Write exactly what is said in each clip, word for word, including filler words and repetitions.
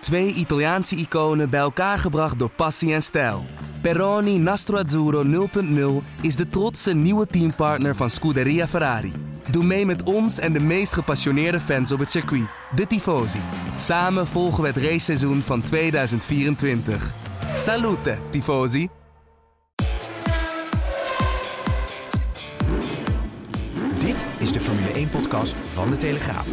Twee Italiaanse iconen bij elkaar gebracht door passie en stijl. Peroni Nastro Azzurro nul punt nul is de trotse nieuwe teampartner van Scuderia Ferrari. Doe mee met ons en de meest gepassioneerde fans op het circuit, de Tifosi. Samen volgen we het raceseizoen van tweeduizend vierentwintig. Salute, Tifosi! Dit is de Formule één-podcast van De Telegraaf.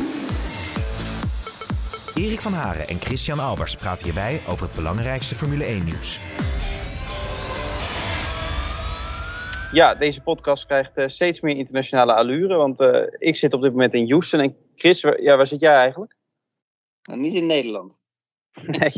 Erik van Haren en Christian Albers praten hierbij over het belangrijkste Formule één-nieuws. Ja, deze podcast krijgt uh, steeds meer internationale allure, want uh, ik zit op dit moment in Houston. En Chris, waar, ja, waar zit jij eigenlijk? Nou, niet in Nederland. Nee.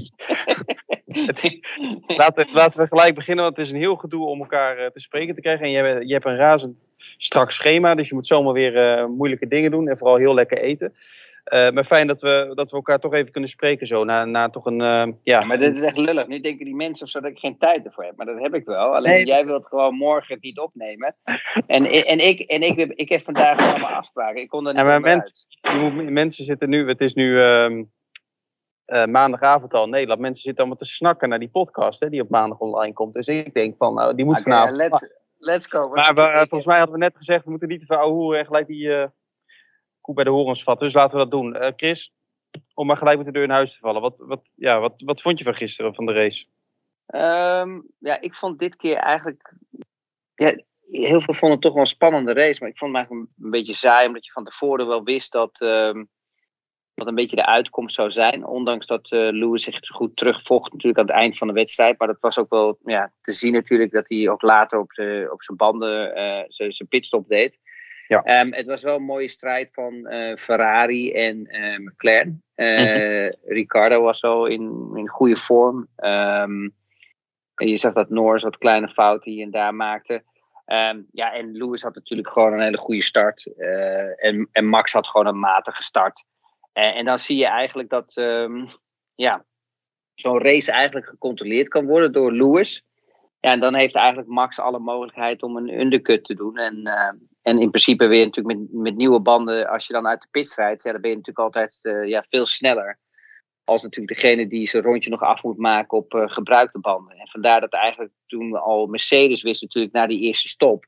laten, laten we gelijk beginnen, want het is een heel gedoe om elkaar uh, te spreken te krijgen. En je, je hebt een razend strak schema, dus je moet zomaar weer uh, moeilijke dingen doen en vooral heel lekker eten. Uh, maar fijn dat we, dat we elkaar toch even kunnen spreken zo, na, na toch een... Uh, ja. ja, maar dit is echt lullig. Nu denken die mensen of zo dat ik geen tijd ervoor heb. Maar dat heb ik wel. Alleen nee, jij wilt gewoon morgen het niet opnemen. En, en, ik, en ik, ik heb vandaag allemaal afspraken. Ik kon er niet ja, meer mensen, uit. Moet, mensen zitten nu... Het is nu uh, uh, maandagavond al in Nederland. Mensen zitten allemaal te snakken naar die podcast, hè, die op maandag online komt. Dus ik denk van, nou, die moet okay, vanavond... Let's, let's go. Maar we, uh, volgens mij hadden we net gezegd, we moeten niet te veel ouwe hoeren en gelijk die... Uh, koe bij de horens vatten, dus laten we dat doen. Uh, Chris, om maar gelijk met de deur in huis te vallen. Wat, wat, ja, wat, wat vond je van gisteren, van de race? Um, ja, ik vond dit keer eigenlijk... Ja, heel veel vonden het toch wel een spannende race, maar ik vond het eigenlijk een, een beetje saai, omdat je van tevoren wel wist dat, um, dat een beetje de uitkomst zou zijn. Ondanks dat uh, Lewis zich goed terugvocht natuurlijk aan het eind van de wedstrijd. Maar dat was ook wel ja, te zien natuurlijk dat hij ook later op, de, op zijn banden uh, zijn pitstop deed. Ja. Um, het was wel een mooie strijd van uh, Ferrari en uh, McLaren. Uh, mm-hmm. Ricciardo was wel in, in goede vorm. Um, en je zag dat Norris wat kleine fouten hier en daar maakte. Um, ja, en Lewis had natuurlijk gewoon een hele goede start. Uh, en, en Max had gewoon een matige start. Uh, en dan zie je eigenlijk dat um, ja, zo'n race eigenlijk gecontroleerd kan worden door Lewis. Ja, en dan heeft eigenlijk Max alle mogelijkheid om een undercut te doen. En, uh, en in principe weer natuurlijk met, met nieuwe banden, als je dan uit de pits rijdt, ja, dan ben je natuurlijk altijd uh, ja, veel sneller. Als natuurlijk degene die zijn rondje nog af moet maken op uh, gebruikte banden. En vandaar dat eigenlijk toen al Mercedes wist natuurlijk na die eerste stop.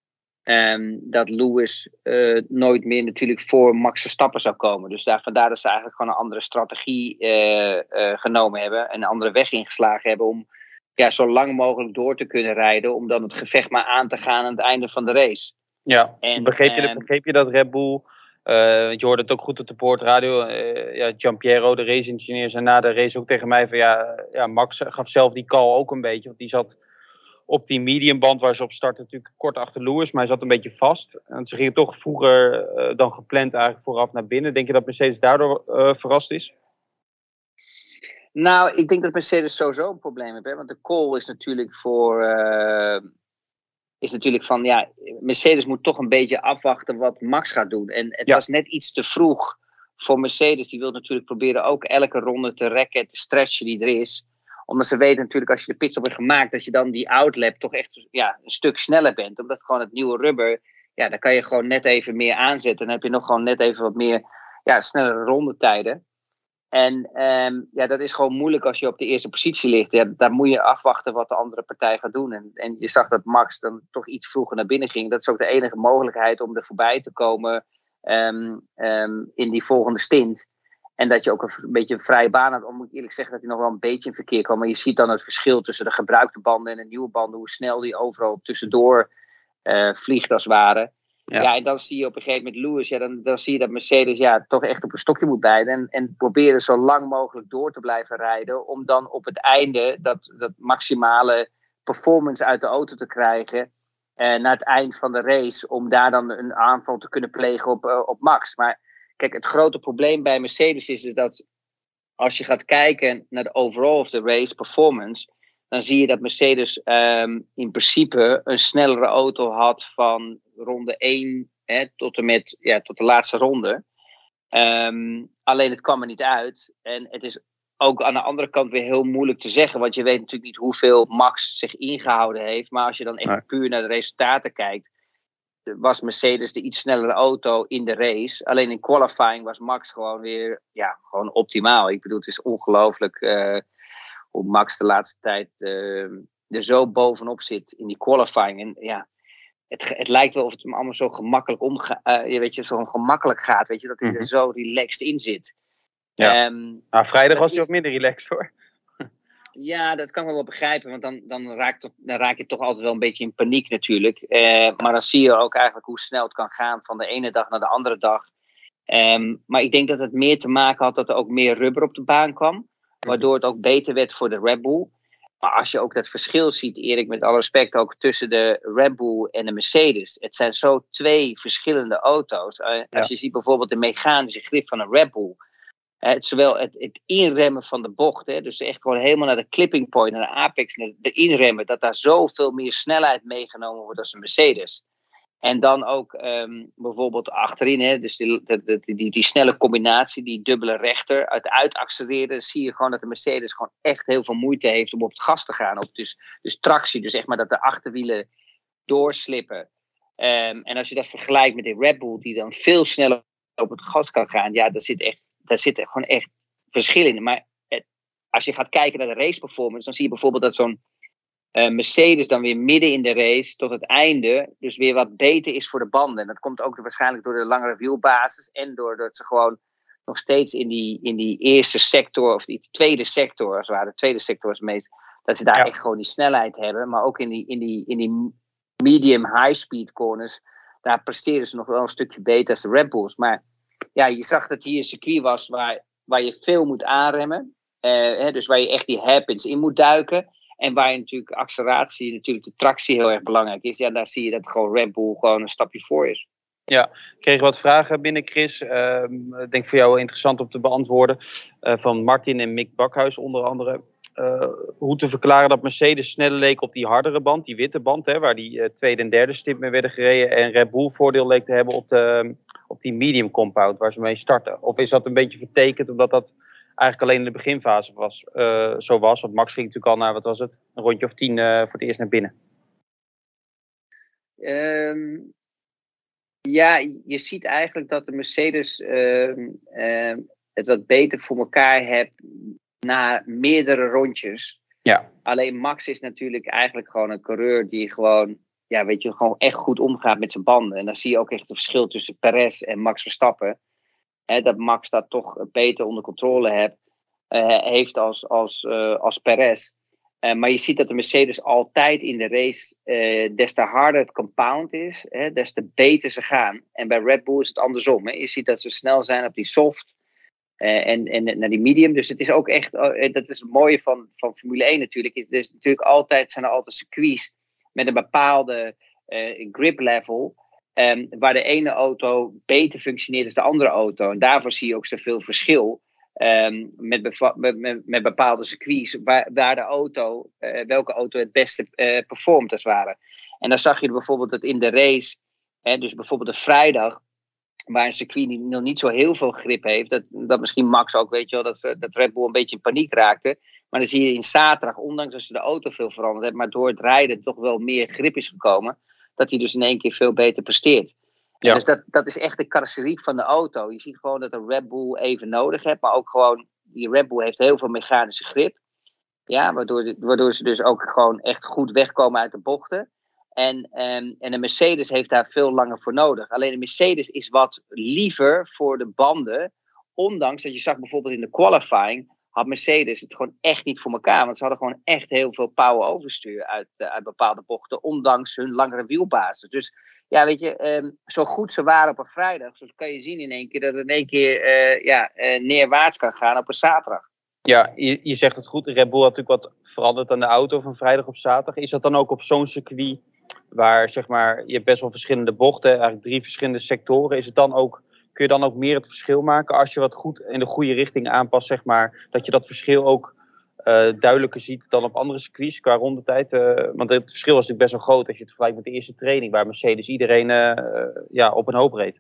Um, dat Lewis uh, nooit meer natuurlijk voor Max Verstappen zou komen. Dus daar, vandaar dat ze eigenlijk gewoon een andere strategie uh, uh, genomen hebben. Een andere weg ingeslagen hebben om ja, zo lang mogelijk door te kunnen rijden. Om dan het gevecht maar aan te gaan aan het einde van de race. Ja, en, begreep, je, um, begreep je dat Red Bull... Uh, je hoorde het ook goed op de poortradio. Uh, ja, Giampiero, de race-engineer, zei na de race ook tegen mij van ja, ja, Max gaf zelf die call ook een beetje. Want die zat op die mediumband waar ze op starten natuurlijk kort achter Lewis. Maar hij zat een beetje vast. En ze gingen toch vroeger uh, dan gepland eigenlijk vooraf naar binnen. Denk je dat Mercedes daardoor uh, verrast is? Nou, ik denk dat Mercedes sowieso een probleem heeft. Hè? Want de call is natuurlijk voor... Uh... is natuurlijk van, ja, Mercedes moet toch een beetje afwachten wat Max gaat doen. En het ja. was net iets te vroeg voor Mercedes. Die wil natuurlijk proberen ook elke ronde te rekken, te stretchen die er is. Omdat ze weten natuurlijk, als je de pitstop hebt gemaakt, dat je dan die outlap toch echt ja, een stuk sneller bent. Omdat gewoon het nieuwe rubber, ja, daar kan je gewoon net even meer aanzetten. En dan heb je nog gewoon net even wat meer, ja, snellere rondetijden. En um, ja, dat is gewoon moeilijk als je op de eerste positie ligt. Ja, daar moet je afwachten wat de andere partij gaat doen. En, en je zag dat Max dan toch iets vroeger naar binnen ging. Dat is ook de enige mogelijkheid om er voorbij te komen um, um, in die volgende stint. En dat je ook een, een beetje een vrije baan had. Om moet ik eerlijk zeggen dat hij nog wel een beetje in verkeer kwam. Maar je ziet dan het verschil tussen de gebruikte banden en de nieuwe banden. Hoe snel die overal tussendoor uh, vliegt als het ware. Ja. ja, en dan zie je op een gegeven moment Lewis, ja, dan, dan zie je dat Mercedes ja, toch echt op een stokje moet bijten. En, en proberen zo lang mogelijk door te blijven rijden. Om dan op het einde dat, dat maximale performance uit de auto te krijgen. Eh, na het eind van de race. Om daar dan een aanval te kunnen plegen op, uh, op Max. Maar kijk, het grote probleem bij Mercedes is dat als je gaat kijken naar de overall of the race performance. Dan zie je dat Mercedes um, in principe een snellere auto had van ronde één hè, tot en met ja, tot de laatste ronde. Um, alleen het kwam er niet uit. En het is ook aan de andere kant weer heel moeilijk te zeggen. Want je weet natuurlijk niet hoeveel Max zich ingehouden heeft. Maar als je dan echt puur naar de resultaten kijkt. was Mercedes de iets snellere auto in de race. Alleen in qualifying was Max gewoon weer ja, gewoon optimaal. Ik bedoel, het is ongelooflijk uh, hoe Max de laatste tijd uh, er zo bovenop zit in die qualifying. En ja, het, het lijkt wel of het hem allemaal zo gemakkelijk omgaat. Uh, je weet je, zo gemakkelijk gaat. Weet je, dat hij mm-hmm. er zo relaxed in zit. Ja. Um, nou, vrijdag was hij is... wat minder relaxed hoor. Ja, dat kan ik wel begrijpen, want dan, dan, raak toch, dan raak je toch altijd wel een beetje in paniek natuurlijk. Uh, maar dan zie je ook eigenlijk hoe snel het kan gaan van de ene dag naar de andere dag. Um, maar ik denk dat het meer te maken had dat er ook meer rubber op de baan kwam. Waardoor het ook beter werd voor de Red Bull. Maar als je ook dat verschil ziet, Erik, met alle respect ook tussen de Red Bull en de Mercedes. Het zijn zo twee verschillende auto's. Uh, ja. Als je ziet bijvoorbeeld de mechanische grip van een Red Bull. Uh, het, zowel het, het inremmen van de bocht, hè, dus echt gewoon helemaal naar de clipping point, naar de apex, naar de inremmen, dat daar zoveel meer snelheid meegenomen wordt als een Mercedes. En dan ook um, bijvoorbeeld achterin, hè, dus die, die, die, die snelle combinatie, die dubbele rechter, het uitaccelereren, zie je gewoon dat de Mercedes gewoon echt heel veel moeite heeft om op het gas te gaan. Op dus, dus tractie, dus echt maar dat de achterwielen doorslippen. Um, en als je dat vergelijkt met de Red Bull, die dan veel sneller op het gas kan gaan, ja, daar zit echt Daar zit er gewoon echt verschil in. Maar het, als je gaat kijken naar de race performance, dan zie je bijvoorbeeld dat zo'n uh, Mercedes dan weer midden in de race tot het einde dus weer wat beter is voor de banden. En dat komt ook waarschijnlijk door de langere wielbasis en doordat ze gewoon nog steeds in die, in die eerste sector, of die tweede sector, als het ware, de tweede sector is het meest, dat ze daar ja. echt gewoon die snelheid hebben. Maar ook in die, in die, in die medium high-speed corners, daar presteren ze nog wel een stukje beter als de Red Bulls. Maar ja, je zag dat hier een circuit was waar, waar je veel moet aanremmen. Uh, hè, dus waar je echt die hairpins in moet duiken. En waar je natuurlijk acceleratie, natuurlijk de tractie heel erg belangrijk is. Ja, daar zie je dat gewoon Red Bull gewoon een stapje voor is. Ja, ik kreeg wat vragen binnen, Chris. Uh, ik denk voor jou wel interessant om te beantwoorden. Uh, van Martin en Mick Bakhuis onder andere. Uh, hoe te verklaren dat Mercedes sneller leek op die hardere band, die witte band, hè, waar die uh, tweede en derde stint mee werden gereden. En Red Bull voordeel leek te hebben op, de, op die medium compound waar ze mee starten. Of is dat een beetje vertekend omdat dat eigenlijk alleen in de beginfase was, uh, zo was? Want Max ging natuurlijk al naar, wat was het, een rondje of tien uh, voor het eerst naar binnen. Um, ja, je ziet eigenlijk dat de Mercedes uh, uh, het wat beter voor elkaar heeft na meerdere rondjes. Ja. Alleen Max is natuurlijk eigenlijk gewoon een coureur die gewoon, ja, weet je, gewoon echt goed omgaat met zijn banden. En dan zie je ook echt het verschil tussen Perez en Max Verstappen. Hè, dat Max dat toch beter onder controle heeft, uh, heeft als, als, uh, als Perez. Uh, maar je ziet dat de Mercedes altijd in de race, uh, des te harder het compound is, hè, des te beter ze gaan. En bij Red Bull is het andersom. Hè. Je ziet dat ze snel zijn op die soft. Uh, en, en naar die medium. Dus het is ook echt, uh, dat is het mooie van, van Formule één natuurlijk. Het is natuurlijk altijd, zijn er altijd circuits met een bepaalde uh, grip level. Um, waar de ene auto beter functioneert dan de andere auto. En daarvoor zie je ook zoveel verschil. Um, met, beva- met, met, met bepaalde circuits. Waar, waar de auto, uh, welke auto het beste uh, performt als het ware. En dan zag je bijvoorbeeld dat in de race. Hè, dus bijvoorbeeld de vrijdag. Waar een circuit die nog niet zo heel veel grip heeft. Dat, dat misschien Max ook, weet je wel, dat, dat Red Bull een beetje in paniek raakte. Maar dan zie je in zaterdag, ondanks dat ze de auto veel veranderd hebben, maar door het rijden toch wel meer grip is gekomen. Dat hij dus in één keer veel beter presteert. Ja. Dus dat, dat is echt de carrosserie van de auto. Je ziet gewoon dat een Red Bull even nodig heeft. Maar ook gewoon, die Red Bull heeft heel veel mechanische grip. Ja, waardoor, waardoor ze dus ook gewoon echt goed wegkomen uit de bochten. En, um, en de Mercedes heeft daar veel langer voor nodig. Alleen de Mercedes is wat liever voor de banden. Ondanks dat je zag bijvoorbeeld in de qualifying. Had Mercedes het gewoon echt niet voor elkaar. Want ze hadden gewoon echt heel veel power overstuur uit, uh, uit bepaalde bochten. Ondanks hun langere wielbasis. Dus ja, weet je, um, zo goed ze waren op een vrijdag. Zo kan je zien in één keer dat het in één keer uh, ja, uh, neerwaarts kan gaan op een zaterdag. Ja, je, je zegt het goed. Red Bull had natuurlijk wat veranderd aan de auto van vrijdag op zaterdag. Is dat dan ook op zo'n circuit waar, zeg maar, je hebt best wel verschillende bochten, eigenlijk drie verschillende sectoren. Is het dan ook, kun je dan ook meer het verschil maken als je wat goed in de goede richting aanpast, zeg maar, dat je dat verschil ook uh, duidelijker ziet dan op andere circuits qua rondetijd? Uh, want het verschil was natuurlijk best wel groot als je het vergelijkt met de eerste training, waar Mercedes iedereen uh, ja, op een hoop reed.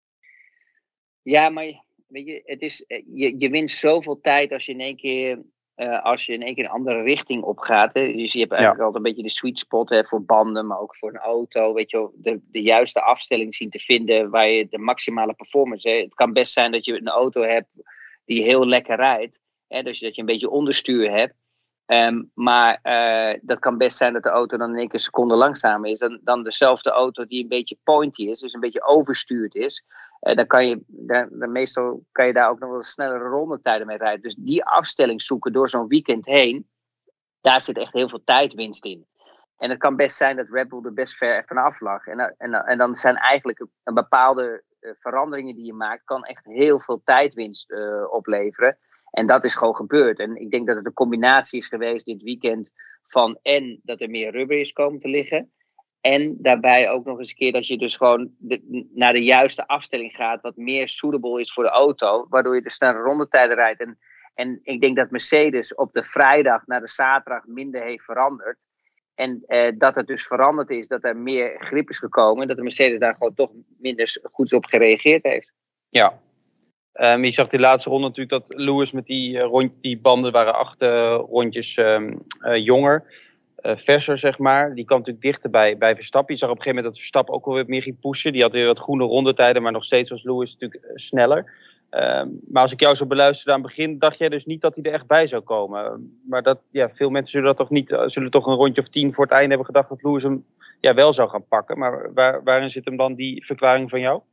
Ja, maar weet je, het is, je, je wint zoveel tijd als je in één keer Uh, als je in één keer een andere richting op gaat. Hè, dus je hebt eigenlijk ja. altijd een beetje de sweet spot hè, voor banden, maar ook voor een auto. Weet je, de, de juiste afstelling zien te vinden waar je de maximale performance. Hè. Het kan best zijn dat je een auto hebt die heel lekker rijdt. Hè, dus dat je een beetje onderstuur hebt. Um, maar uh, dat kan best zijn dat de auto dan in één keer een seconde langzamer is dan, dan dezelfde auto die een beetje pointy is, dus een beetje overstuurd is. Uh, dan kan je, dan, dan meestal kan je daar ook nog wel snellere rondetijden mee rijden. Dus die afstelling zoeken door zo'n weekend heen, daar zit echt heel veel tijdwinst in. En het kan best zijn dat Red Bull er best ver vanaf lag. En, en, en dan zijn eigenlijk een, een bepaalde uh, veranderingen die je maakt, kan echt heel veel tijdwinst uh, opleveren. En dat is gewoon gebeurd. En ik denk dat het een combinatie is geweest dit weekend van en dat er meer rubber is komen te liggen. En daarbij ook nog eens een keer dat je dus gewoon de, naar de juiste afstelling gaat. Wat meer suitable is voor de auto. Waardoor je de snelle rondetijden rijdt. En, en ik denk dat Mercedes op de vrijdag naar de zaterdag minder heeft veranderd. En eh, dat het dus veranderd is. Dat er meer grip is gekomen. En dat de Mercedes daar gewoon toch minder goed op gereageerd heeft. Ja. Um, je zag die laatste ronde natuurlijk dat Lewis met die, uh, rond, die banden waren acht uh, rondjes um, uh, jonger, uh, verser zeg maar. Die kwam natuurlijk dichter bij, bij Verstappen. Je zag op een gegeven moment dat Verstappen ook wel weer meer ging pushen. Die had weer wat groene rondetijden, maar nog steeds was Lewis natuurlijk uh, sneller. Um, maar als ik jou zo beluisterde aan het begin, dacht jij dus niet dat hij er echt bij zou komen. Maar dat, ja, veel mensen zullen dat toch niet, uh, zullen toch een rondje of tien voor het einde hebben gedacht dat Lewis hem ja, wel zou gaan pakken. Maar waar, waarin zit hem dan die verklaring van jou?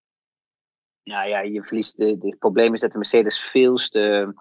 Nou ja, je verliest. De, de, het probleem is dat de Mercedes veel te,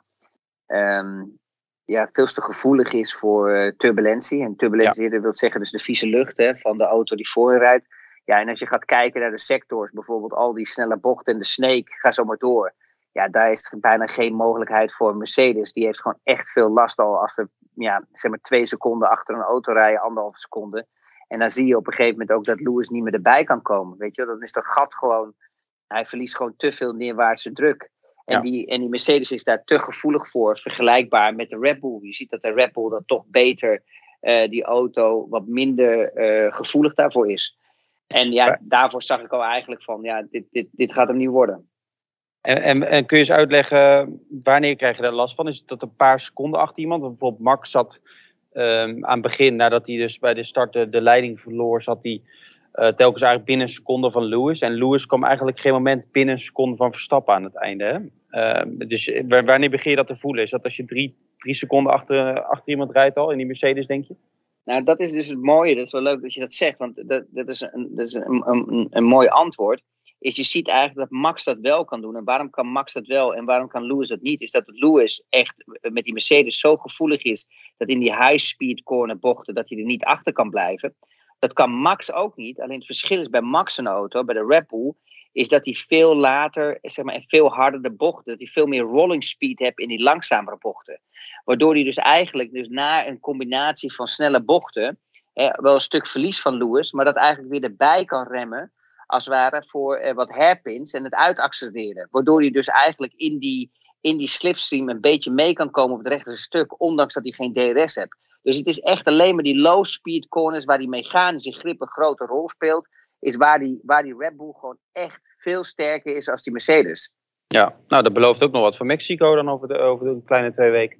um, ja, veel te gevoelig is voor uh, turbulentie. En turbulentie, ja. dat wil zeggen dus de vieze lucht hè, van de auto die voor je rijdt. Ja, en als je gaat kijken naar de sectors, bijvoorbeeld al die snelle bochten en de Snake, ga zo maar door. Ja, daar is bijna geen mogelijkheid voor Mercedes. Die heeft gewoon echt veel last al als ze ja, zeg maar twee seconden achter een auto rijden, anderhalve seconde. En dan zie je op een gegeven moment ook dat Lewis niet meer erbij kan komen. Weet je, dan is dat gat gewoon. Hij verliest gewoon te veel neerwaartse druk. En, ja. die, en die Mercedes is daar te gevoelig voor, vergelijkbaar met de Red Bull. Je ziet dat de Red Bull dan toch beter, uh, die auto, wat minder uh, gevoelig daarvoor is. En ja, ja, daarvoor zag ik al eigenlijk van, ja, dit, dit, dit gaat hem niet worden. En, en, en kun je eens uitleggen, wanneer krijg je daar last van? Is het dat een paar seconden achter iemand? Want bijvoorbeeld Max zat um, aan het begin, nadat hij dus bij de start de, de leiding verloor, zat hij Uh, telkens eigenlijk binnen een seconde van Lewis. En Lewis kwam eigenlijk geen moment binnen een seconde van Verstappen aan het einde. Hè? Uh, dus wanneer begin je dat te voelen? Is dat als je drie, drie seconden achter, achter iemand rijdt al in die Mercedes, denk je? Nou, dat is dus het mooie. Dat is wel leuk dat je dat zegt. Want dat, dat is, een, dat is een, een, een mooi antwoord. Is je ziet eigenlijk dat Max dat wel kan doen. En waarom kan Max dat wel en waarom kan Lewis dat niet? Is dat Lewis echt met die Mercedes zo gevoelig is dat in die high-speed corner bochten dat hij er niet achter kan blijven. Dat kan Max ook niet. Alleen het verschil is bij Max een auto, bij de Red Bull, is dat hij veel later, zeg maar, en veel harder de bochten, dat hij veel meer rolling speed hebt in die langzamere bochten. Waardoor hij dus eigenlijk, dus na een combinatie van snelle bochten, hè, wel een stuk verlies van Lewis, maar dat eigenlijk weer erbij kan remmen, als het ware, voor eh, wat hairpins en het uitaccelereren. Waardoor hij dus eigenlijk in die, in die slipstream een beetje mee kan komen op het rechte stuk, ondanks dat hij geen D R S hebt. Dus het is echt alleen maar die low speed corners waar die mechanische grip een grote rol speelt, is waar die, waar die Red Bull gewoon echt veel sterker is als die Mercedes. Ja, nou dat belooft ook nog wat voor Mexico dan over de, over de kleine twee weken.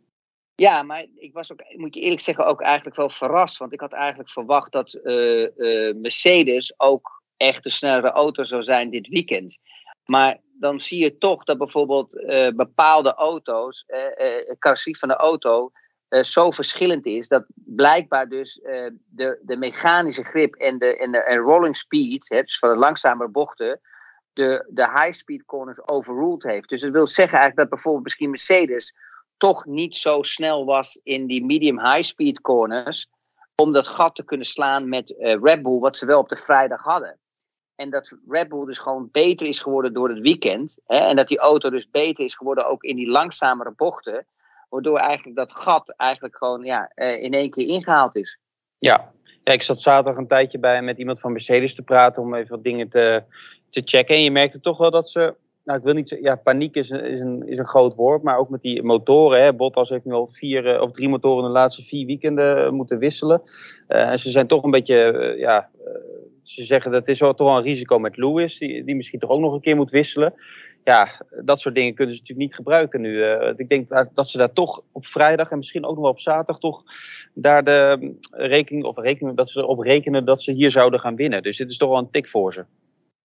Ja, maar ik was ook, moet je eerlijk zeggen, ook eigenlijk wel verrast. Want ik had eigenlijk verwacht dat uh, uh, Mercedes ook echt de snellere auto zou zijn dit weekend. Maar dan zie je toch dat bijvoorbeeld uh, bepaalde auto's, uh, uh, de carrosserie van de auto, Uh, zo verschillend is, dat blijkbaar dus uh, de, de mechanische grip en de, en de en rolling speed, hè, dus van de langzamere bochten, de, de high speed corners overruled heeft. Dus dat wil zeggen eigenlijk dat bijvoorbeeld misschien Mercedes toch niet zo snel was in die medium high speed corners, om dat gat te kunnen slaan met uh, Red Bull, wat ze wel op de vrijdag hadden. En dat Red Bull dus gewoon beter is geworden door het weekend, hè, en dat die auto dus beter is geworden ook in die langzamere bochten, waardoor eigenlijk dat gat eigenlijk gewoon ja, in één keer ingehaald is. Ja. ja, ik zat zaterdag een tijdje bij met iemand van Mercedes te praten om even wat dingen te, te checken. En je merkte toch wel dat ze, nou ik wil niet zeggen, ja paniek is een, is een, is een groot woord, maar ook met die motoren. Hè. Bottas heeft nu al vier of drie motoren in de laatste vier weekenden moeten wisselen. Uh, en ze zijn toch een beetje, uh, ja, uh, ze zeggen dat is wel toch wel een risico met Lewis, die, die misschien toch ook nog een keer moet wisselen. ja, dat soort dingen kunnen ze natuurlijk niet gebruiken nu. Uh, ik denk dat, dat ze daar toch op vrijdag en misschien ook nog wel op zaterdag toch daar de rekening, of rekening, dat ze erop rekenen dat ze hier zouden gaan winnen. Dus dit is toch wel een tik voor ze.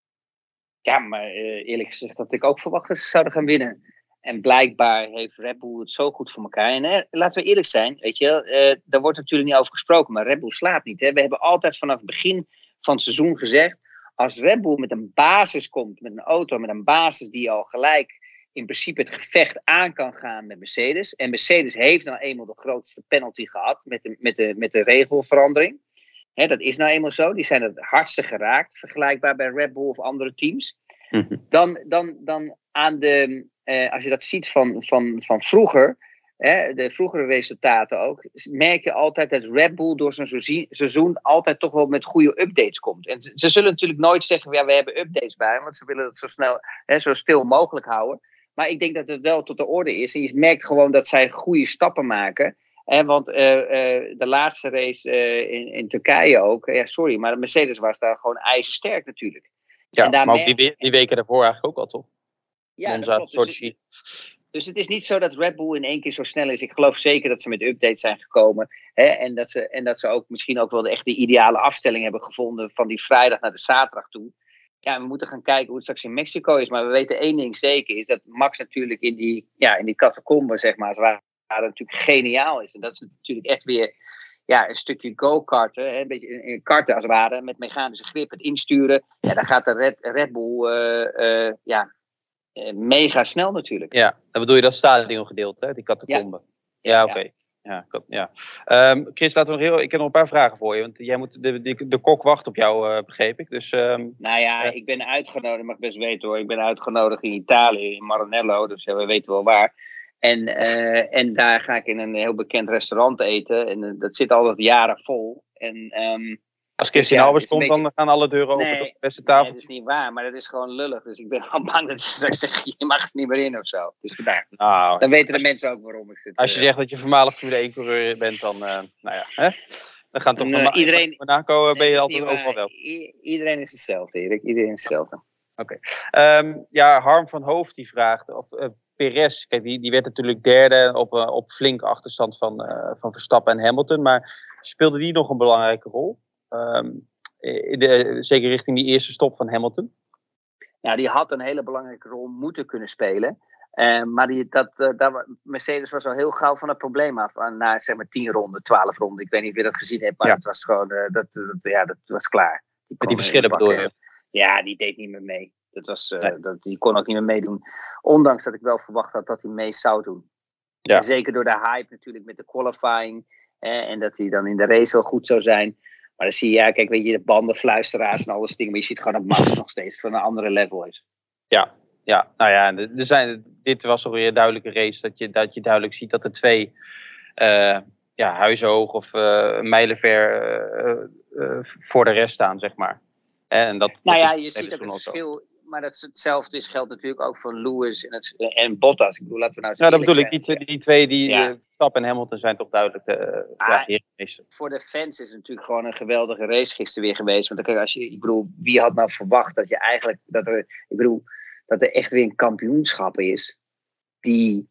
Ja, maar uh, eerlijk gezegd had ik ook verwacht dat ze zouden gaan winnen. En blijkbaar heeft Red Bull het zo goed voor elkaar. En eh, laten we eerlijk zijn, weet je, uh, daar wordt natuurlijk niet over gesproken, maar Red Bull slaapt niet. Hè? We hebben altijd vanaf het begin van het seizoen gezegd, als Red Bull met een basis komt, met een auto, met een basis die al gelijk in principe het gevecht aan kan gaan met Mercedes. En Mercedes heeft nou eenmaal de grootste penalty gehad met de, met de, met de regelverandering. Hè, dat is nou eenmaal zo. Die zijn het hardste geraakt, vergelijkbaar bij Red Bull of andere teams. Mm-hmm. Dan, dan, dan aan de, eh, als je dat ziet van, van, van vroeger, hè, de vroegere resultaten ook, merk je altijd dat Red Bull door zijn seizoen altijd toch wel met goede updates komt. En ze, ze zullen natuurlijk nooit zeggen, ja, we hebben updates bij, want ze willen het zo snel, hè, zo stil mogelijk houden. Maar ik denk dat het wel tot de orde is. En je merkt gewoon dat zij goede stappen maken. Hè, want uh, uh, de laatste race uh, in, in Turkije ook, ja, sorry, maar de Mercedes was daar gewoon ijzersterk natuurlijk. Ja, en maar ook die, die weken daarvoor eigenlijk ook al, toch? Ja, dat klopt. Dus, dus het is niet zo dat Red Bull in één keer zo snel is. Ik geloof zeker dat ze met updates zijn gekomen. Hè, en, dat ze, en dat ze ook misschien ook wel de, echt de ideale afstelling hebben gevonden van die vrijdag naar de zaterdag toe. Ja, we moeten gaan kijken hoe het straks in Mexico is. Maar we weten één ding zeker, is dat Max natuurlijk in die, ja, in die catacomben, zeg maar, waar het natuurlijk geniaal is. En dat is natuurlijk echt weer ja, een stukje go-karten, hè, een beetje een karten als het ware, met mechanische grip, het insturen. Ja, dan gaat de Red, Red Bull uh, uh, ja, uh, mega snel natuurlijk. Ja, dan bedoel je dat stadiongedeelte, hè, die catacomben. Ja, ja oké. Okay. Ja, ja. Um, Chris, laten we nog heel, ik heb nog een paar vragen voor je. Want jij moet, de, de, de kok wacht op jou, uh, begreep ik. Dus, um, nou ja, uh, ik ben uitgenodigd, mag best weten hoor. Ik ben uitgenodigd in Italië, in Maranello. Dus ja, we weten wel waar. En, uh, en daar ga ik in een heel bekend restaurant eten. En uh, dat zit altijd jaren vol. En, um, Als Christian Albers dus ja, komt, beetje... dan gaan alle deuren open nee, op de beste tafel. Nee, dat is niet waar. Maar dat is gewoon lullig. Dus ik ben wel bang dat ze zeggen, je mag er niet meer in of zo. Dus vandaar. Nou, dan weten de mensen ook waarom ik zit. Als je uh, zegt dat je voormalig Formule één coureur bent, dan, uh, nou ja, hè? Dan gaan toch uh, van iedereen, Monaco uh, ben je nee, altijd overal wel. I- iedereen is hetzelfde, Erik. Iedereen is hetzelfde. Oké. Okay. Um, ja, Harm van Hoofd die vraagt, of uh, Perez, kijk, die, die werd natuurlijk derde op, uh, op flink achterstand van, uh, van Verstappen en Hamilton. Maar speelde die nog een belangrijke rol? Um, in de, zeker richting die eerste stop van Hamilton? Ja, die had een hele belangrijke rol moeten kunnen spelen. Uh, maar die, dat, uh, dat, Mercedes was al heel gauw van het probleem af. Uh, na zeg maar tien ronden, twaalf ronden. Ik weet niet of je dat gezien hebt, maar ja. dat was gewoon, uh, dat, dat, ja, dat was klaar. Die Met die verschillen bedoel je? Ja, die deed niet meer mee. Dat was, uh, nee. dat, die kon ook niet meer meedoen. Ondanks dat ik wel verwacht had dat hij mee zou doen. Ja. En zeker door de hype natuurlijk met de qualifying. Eh, en dat hij dan in de race wel goed zou zijn. Maar dan zie je, ja, kijk, weet je, de bandenfluisteraars en alles dingen. Maar je ziet gewoon dat Max nog steeds van een andere level is. Ja, ja. Nou ja, er zijn, dit was alweer een duidelijke race. Dat je, dat je duidelijk ziet dat er twee uh, ja, huizenhoog of uh, mijlenver uh, uh, voor de rest staan, zeg maar. En dat, nou dat ja, je ziet ook het verschil. Maar dat is hetzelfde is, geldt natuurlijk ook voor Lewis en, het, en Bottas. Ik bedoel, laten we nou ja, dat bedoel ik. Die, die twee, die ja. Verstappen en Hamilton zijn toch duidelijk de uh, ah, ja, voor de fans is het natuurlijk gewoon een geweldige race gisteren weer geweest. Want kijk, als je, ik bedoel, wie had nou verwacht dat je eigenlijk, dat er, ik bedoel, dat er echt weer een kampioenschap is die,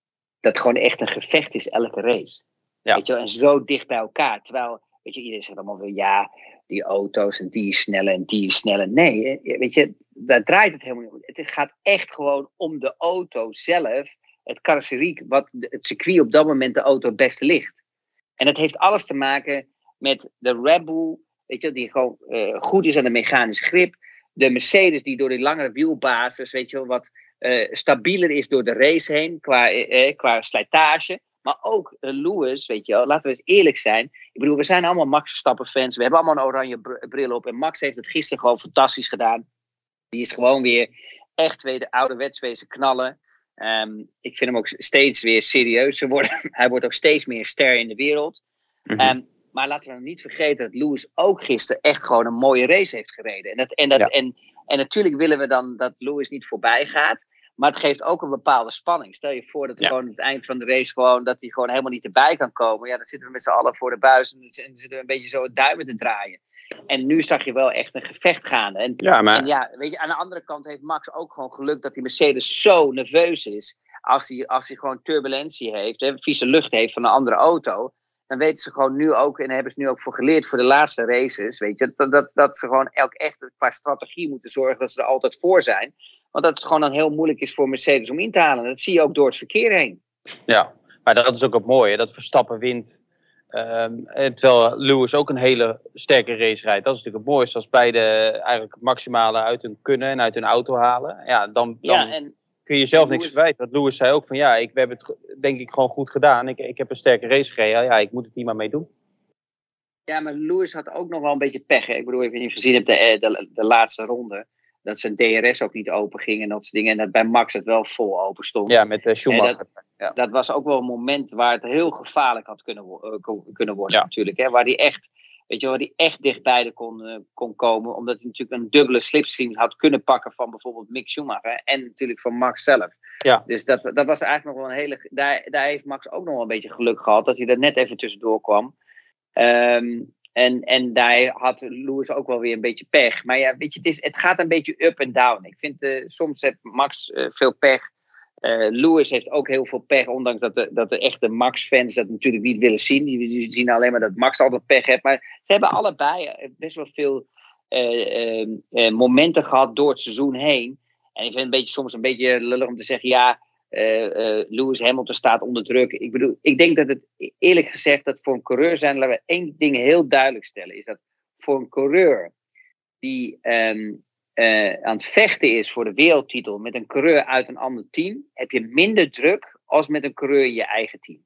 dat gewoon echt een gevecht is elke race. Ja. Weet je wel? En zo dicht bij elkaar. Terwijl, weet je, iedereen zegt allemaal weer, ja, die auto's en die is sneller en die is sneller. Nee, weet je, daar draait het helemaal niet om. Het gaat echt gewoon om de auto zelf, het carrosseriek, wat het circuit op dat moment de auto het beste ligt. En dat heeft alles te maken met de Red Bull, weet je, die gewoon uh, goed is aan de mechanische grip. De Mercedes die door die langere wielbasis, weet je wel, wat uh, stabieler is door de race heen qua, uh, qua slijtage. Maar ook uh, Lewis, weet je wel, laten we eens eerlijk zijn. Ik bedoel, we zijn allemaal Max Verstappen fans. We hebben allemaal een oranje bril op. En Max heeft het gisteren gewoon fantastisch gedaan. Die is gewoon weer echt weer de ouderwets wezen knallen. Um, ik vind hem ook steeds weer serieuzer worden. Hij wordt ook steeds meer een ster in de wereld. Mm-hmm. Um, maar laten we nou niet vergeten dat Lewis ook gisteren echt gewoon een mooie race heeft gereden. En, dat, en, dat, ja. en, en natuurlijk willen we dan dat Lewis niet voorbij gaat. Maar het geeft ook een bepaalde spanning. Stel je voor dat ja. gewoon aan het eind van de race gewoon, dat hij gewoon helemaal niet erbij kan komen. Ja, dan zitten we met z'n allen voor de buis en dan zitten we een beetje zo het duimen te draaien. En nu zag je wel echt een gevecht gaande. En ja, maar... en ja, weet je, aan de andere kant heeft Max ook gewoon geluk dat die Mercedes zo nerveus is. Als hij als hij gewoon turbulentie heeft, hè, vieze lucht heeft van een andere auto, dan weten ze gewoon nu ook, en daar hebben ze nu ook voor geleerd voor de laatste races, weet je, dat, dat, dat ze gewoon elk echt qua strategie moeten zorgen dat ze er altijd voor zijn. Want dat het gewoon dan heel moeilijk is voor Mercedes om in te halen. Dat zie je ook door het verkeer heen. Ja, maar dat is ook het mooie, dat Verstappen wint. Um, terwijl Lewis ook een hele sterke race rijdt. Dat is natuurlijk het mooiste, als beide eigenlijk het maximale uit hun kunnen en uit hun auto halen. Ja, dan, dan ja, en, kun je jezelf Lewis... niks verwijten. Want Lewis zei ook van ja, ik, we hebben het denk ik gewoon goed gedaan. Ik, ik heb een sterke race gereden. Ja, ik moet het hier maar mee doen. Ja, maar Lewis had ook nog wel een beetje pech. Hè? Ik bedoel, even je gezien hebt de, de, de laatste ronde. Dat zijn D R S ook niet open ging en dat soort dingen. En dat bij Max het wel vol open stond. Ja, met uh, Schumacher. Dat, ja. dat was ook wel een moment waar het heel gevaarlijk had kunnen, uh, kunnen worden ja. natuurlijk. Hè? Waar hij echt, weet je, waar hij echt dichtbij de kon, uh, kon komen. Omdat hij natuurlijk een dubbele slipstream had kunnen pakken van bijvoorbeeld Mick Schumacher. En natuurlijk van Max zelf. Ja. Dus dat, dat was eigenlijk nog wel een hele... Daar, daar heeft Max ook nog wel een beetje geluk gehad. Dat hij er net even tussendoor kwam. Um, En, en daar had Lewis ook wel weer een beetje pech. Maar ja, weet je, het, is, het gaat een beetje up en down. Ik vind, uh, soms heeft Max uh, veel pech. Uh, Lewis heeft ook heel veel pech. Ondanks dat de, dat de echte Max-fans dat natuurlijk niet willen zien. Die, die zien alleen maar dat Max altijd pech heeft. Maar ze hebben allebei best wel veel uh, uh, uh, momenten gehad door het seizoen heen. En ik vind het een beetje, soms een beetje lullig om te zeggen... ja. Uh, uh, Lewis Hamilton staat onder druk. Ik bedoel, ik denk dat het eerlijk gezegd dat voor een coureur zijn, laten we één ding heel duidelijk stellen, is dat voor een coureur die um, uh, aan het vechten is voor de wereldtitel met een coureur uit een ander team, heb je minder druk als met een coureur in je eigen team.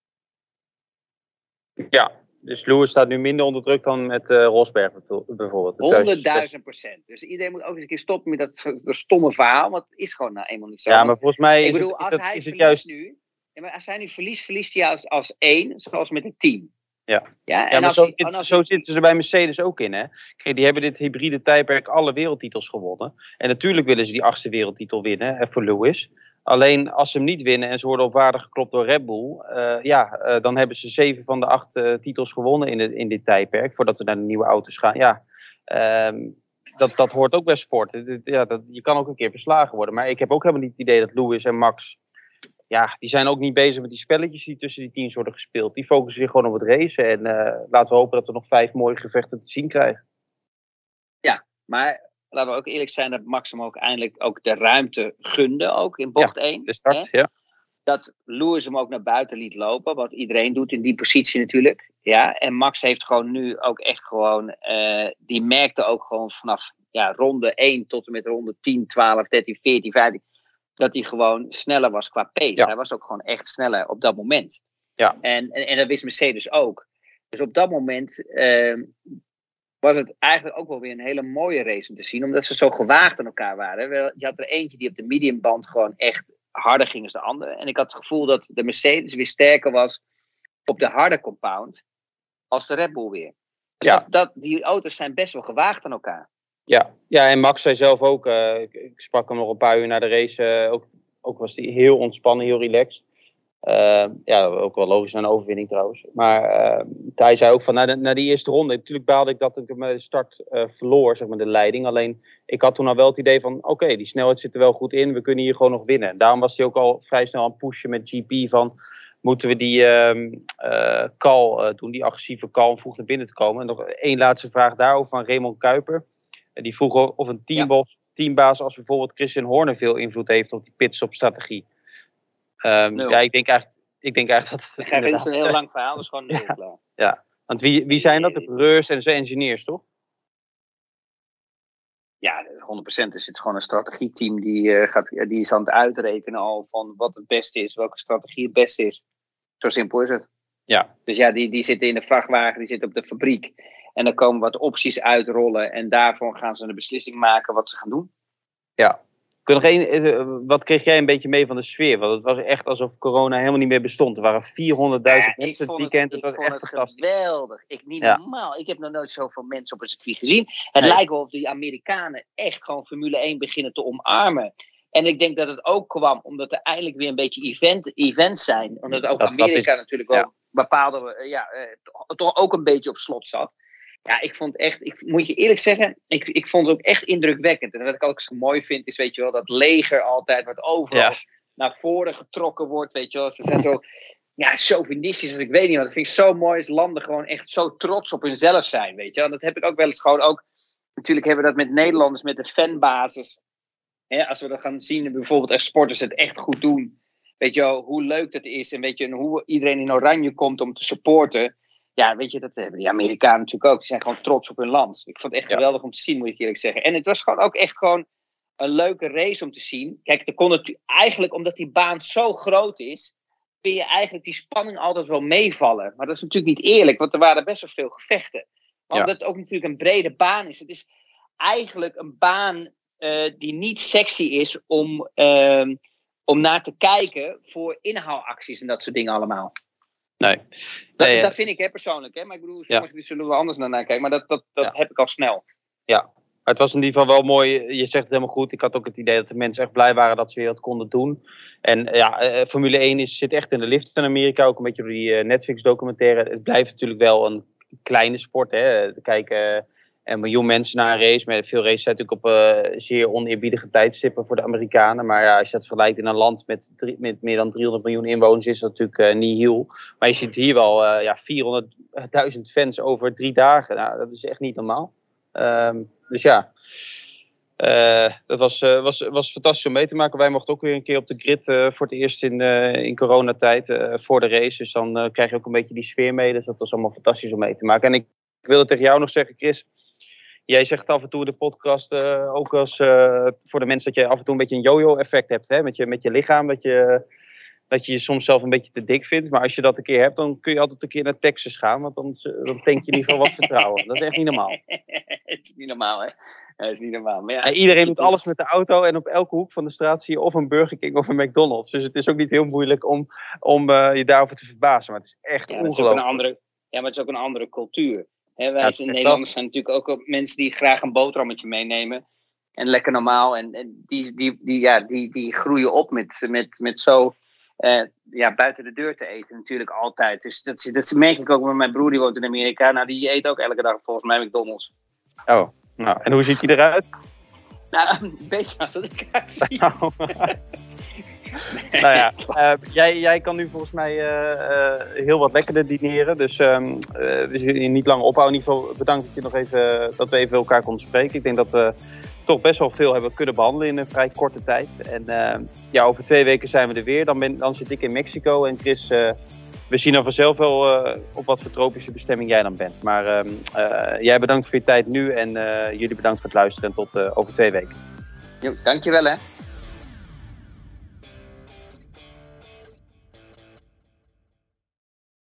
Ja, dus Lewis staat nu minder onder druk dan met uh, Rosberg bijvoorbeeld. honderdduizend procent. Dus iedereen moet ook eens een keer stoppen met dat, dat stomme verhaal, want het is gewoon nou eenmaal niet zo. Ja, maar volgens mij ik is bedoel, het, als het, hij is het verliest juist... nu, ja, maar als hij nu verliest, verliest hij als, als één, zoals met het team. Ja, ja, en ja maar als zo, hij, het, als zo hij... zitten ze bij Mercedes ook in, hè. Kijk, die hebben dit hybride tijdperk alle wereldtitels gewonnen. En natuurlijk willen ze die achtste wereldtitel winnen, hè, voor Lewis. Alleen als ze hem niet winnen en ze worden op waarde geklopt door Red Bull, uh, ja, uh, dan hebben ze zeven van de acht uh, titels gewonnen in, de, in dit tijdperk, voordat we naar de nieuwe auto's gaan. Ja, um, dat, dat hoort ook bij sport. Ja, dat, je kan ook een keer verslagen worden. Maar ik heb ook helemaal niet het idee dat Lewis en Max, ja, die zijn ook niet bezig met die spelletjes die tussen die teams worden gespeeld. Die focussen zich gewoon op het racen en uh, laten we hopen dat we nog vijf mooie gevechten te zien krijgen. Ja, maar laten we ook eerlijk zijn dat Max hem ook eindelijk ook de ruimte gunde, ook in bocht ja, één. De start, hè? Ja. Dat Lewis hem ook naar buiten liet lopen, wat iedereen doet in die positie natuurlijk. Ja, en Max heeft gewoon nu ook echt gewoon, uh, die merkte ook gewoon vanaf ja, ronde één tot en met ronde tien, twaalf, dertien, veertien, vijftien, dat hij gewoon sneller was qua pace. Ja. Hij was ook gewoon echt sneller op dat moment. Ja. En, en, en dat wist Mercedes ook. Dus op dat moment uh, was het eigenlijk ook wel weer een hele mooie race om te zien, omdat ze zo gewaagd aan elkaar waren. Je had er eentje die op de mediumband gewoon echt harder ging als de andere. En ik had het gevoel dat de Mercedes weer sterker was op de harde compound als de Red Bull weer. Dus ja. dat, dat, die auto's zijn best wel gewaagd aan elkaar. Ja, ja, en Max zei zelf ook, uh, ik, ik sprak hem nog een paar uur na de race, uh, ook, ook was hij heel ontspannen, heel relaxed. Uh, ja, ook wel logisch aan een overwinning trouwens. Maar uh, hij zei ook van, na, de, na die eerste ronde, natuurlijk baalde ik dat ik met de start uh, verloor, zeg maar, de leiding. Alleen, ik had toen al wel het idee van, oké, okay, die snelheid zit er wel goed in, we kunnen hier gewoon nog winnen. En daarom was hij ook al vrij snel aan het pushen met G P van, moeten we die uh, uh, call uh, doen, die agressieve call om vroeg naar binnen te komen. En nog één laatste vraag daarover van Raymond Kuiper. Uh, die vroeg of een teambaas, ja. teambaas als bijvoorbeeld Christian Horner veel invloed heeft op die pitstop-strategie. Um, ja, ik denk eigenlijk, ik denk eigenlijk dat het... Het is een heel lang verhaal, dat is gewoon nul ja, klaar. Ja, want wie, wie zijn dat? De coureurs en de engineers, toch? Ja, honderd procent. Er zit gewoon een strategieteam die, uh, gaat, die is aan het uitrekenen al van wat het beste is, welke strategie het beste is. Zo simpel is het. Ja. Dus ja, die, die zitten in de vrachtwagen, die zitten op de fabriek. En dan komen wat opties uitrollen en daarvan gaan ze een beslissing maken wat ze gaan doen. Ja. Nog een, wat kreeg jij een beetje mee van de sfeer? Want het was echt alsof corona helemaal niet meer bestond. Er waren vierhonderdduizend ja, mensen het weekend. Het, het was echt het fantastisch. Geweldig. Ik, niet ja. normaal. Ik heb nog nooit zoveel mensen op een circuit gezien. Het nee. lijkt wel of die Amerikanen echt gewoon Formule één beginnen te omarmen. En ik denk dat het ook kwam omdat er eindelijk weer een beetje event, events zijn. Omdat ook dat, Amerika dat is, natuurlijk wel ja. bepaalde, ja, eh, toch ook een beetje op slot zat. Ja, ik vond echt, ik moet je eerlijk zeggen, ik, ik vond het ook echt indrukwekkend. En wat ik ook zo mooi vind, is weet je wel, dat leger altijd, wat overal ja. naar voren getrokken wordt, weet je wel. Ze zijn zo, ja, chauvinistisch als ik weet niet wat. Dat vind ik zo mooi, als landen gewoon echt zo trots op hunzelf zijn, weet je wel. Dat heb ik ook wel eens gewoon ook, natuurlijk hebben we dat met Nederlanders, met de fanbasis. Hè, als we dat gaan zien, bijvoorbeeld als sporters het echt goed doen. Weet je wel, hoe leuk dat is en weet je, en hoe iedereen in oranje komt om te supporten. Ja, weet je, dat hebben die Amerikanen natuurlijk ook. Die zijn gewoon trots op hun land. Ik vond het echt ja. geweldig om te zien, moet ik eerlijk zeggen. En het was gewoon ook echt gewoon een leuke race om te zien. Kijk, er kon het eigenlijk, omdat die baan zo groot is, kun je eigenlijk die spanning altijd wel meevallen. Maar dat is natuurlijk niet eerlijk, want er waren best wel veel gevechten. Maar omdat ja. het ook natuurlijk een brede baan is. Het is eigenlijk een baan uh, die niet sexy is om, uh, om naar te kijken voor inhaalacties en dat soort dingen allemaal. Nee. Dat, nee dat vind ik hè, persoonlijk. Hè? Maar ik bedoel, sommigen ja. zullen wel anders naar kijken. Maar dat, dat, dat ja. heb ik al snel. Ja, maar het was in ieder geval wel mooi. Je zegt het helemaal goed. Ik had ook het idee dat de mensen echt blij waren dat ze weer wat konden doen. En ja, Formule één is, zit echt in de lift in Amerika. Ook een beetje door die uh, Netflix documentaire. Het blijft natuurlijk wel een kleine sport. Hè. Er kijken een miljoen mensen naar een race. Maar veel races zijn natuurlijk op uh, zeer oneerbiedige tijdstippen voor de Amerikanen. Maar ja, als je dat vergelijkt in een land met, drie, met meer dan driehonderd miljoen inwoners, is dat natuurlijk uh, niet heel. Maar je ziet hier wel uh, ja, vierhonderdduizend fans over drie dagen. Nou, dat is echt niet normaal. Um, dus ja, uh, dat was, uh, was, was fantastisch om mee te maken. Wij mochten ook weer een keer op de grid uh, voor het eerst in, uh, in coronatijd uh, voor de race. Dus dan uh, krijg je ook een beetje die sfeer mee. Dus dat was allemaal fantastisch om mee te maken. En ik, ik wilde tegen jou nog zeggen, Chris. Jij zegt af en toe in de podcast, uh, ook als uh, voor de mensen, dat je af en toe een beetje een yo-yo effect hebt, hè? Met, je, met je lichaam. Dat je, dat je je soms zelf een beetje te dik vindt. Maar als je dat een keer hebt, dan kun je altijd een keer naar Texas gaan. Want dan, dan denk je in ieder geval wat vertrouwen. Dat is echt niet normaal. Het is niet normaal, hè? Het is niet normaal. Maar ja, ja, iedereen doet alles met de auto. En op elke hoek van de straat zie je of een Burger King of een McDonald's. Dus het is ook niet heel moeilijk om, om uh, je daarover te verbazen. Maar het is echt ja, ongelooflijk. Een andere, ja, maar het is ook een andere cultuur. He, wij ja, in Nederlanders zijn natuurlijk ook mensen die graag een boterhammetje meenemen. En lekker normaal. En, en die, die, die, ja, die, die groeien op met, met, met zo uh, ja, buiten de deur te eten natuurlijk altijd. Dus dat, dat merk ik ook met mijn broer, die woont in Amerika. Nou, die eet ook elke dag volgens mij McDonald's. Oh, nou, en hoe ziet hij eruit? Nou, een beetje als dat ik eruit zie. Nou, nou ja, uh, jij, jij kan nu volgens mij uh, uh, heel wat lekkerder dineren. Dus um, uh, we zullen je niet lang ophouden. In ieder geval bedankt dat, je nog even, dat we even elkaar konden spreken. Ik denk dat we toch best wel veel hebben kunnen behandelen in een vrij korte tijd. En uh, ja, over twee weken zijn we er weer. Dan, ben, dan zit ik in Mexico. En Chris, uh, we zien dan vanzelf wel uh, op wat voor tropische bestemming jij dan bent. Maar uh, uh, jij bedankt voor je tijd nu. En uh, jullie bedankt voor het luisteren. En tot uh, over twee weken. Jo, dankjewel hè.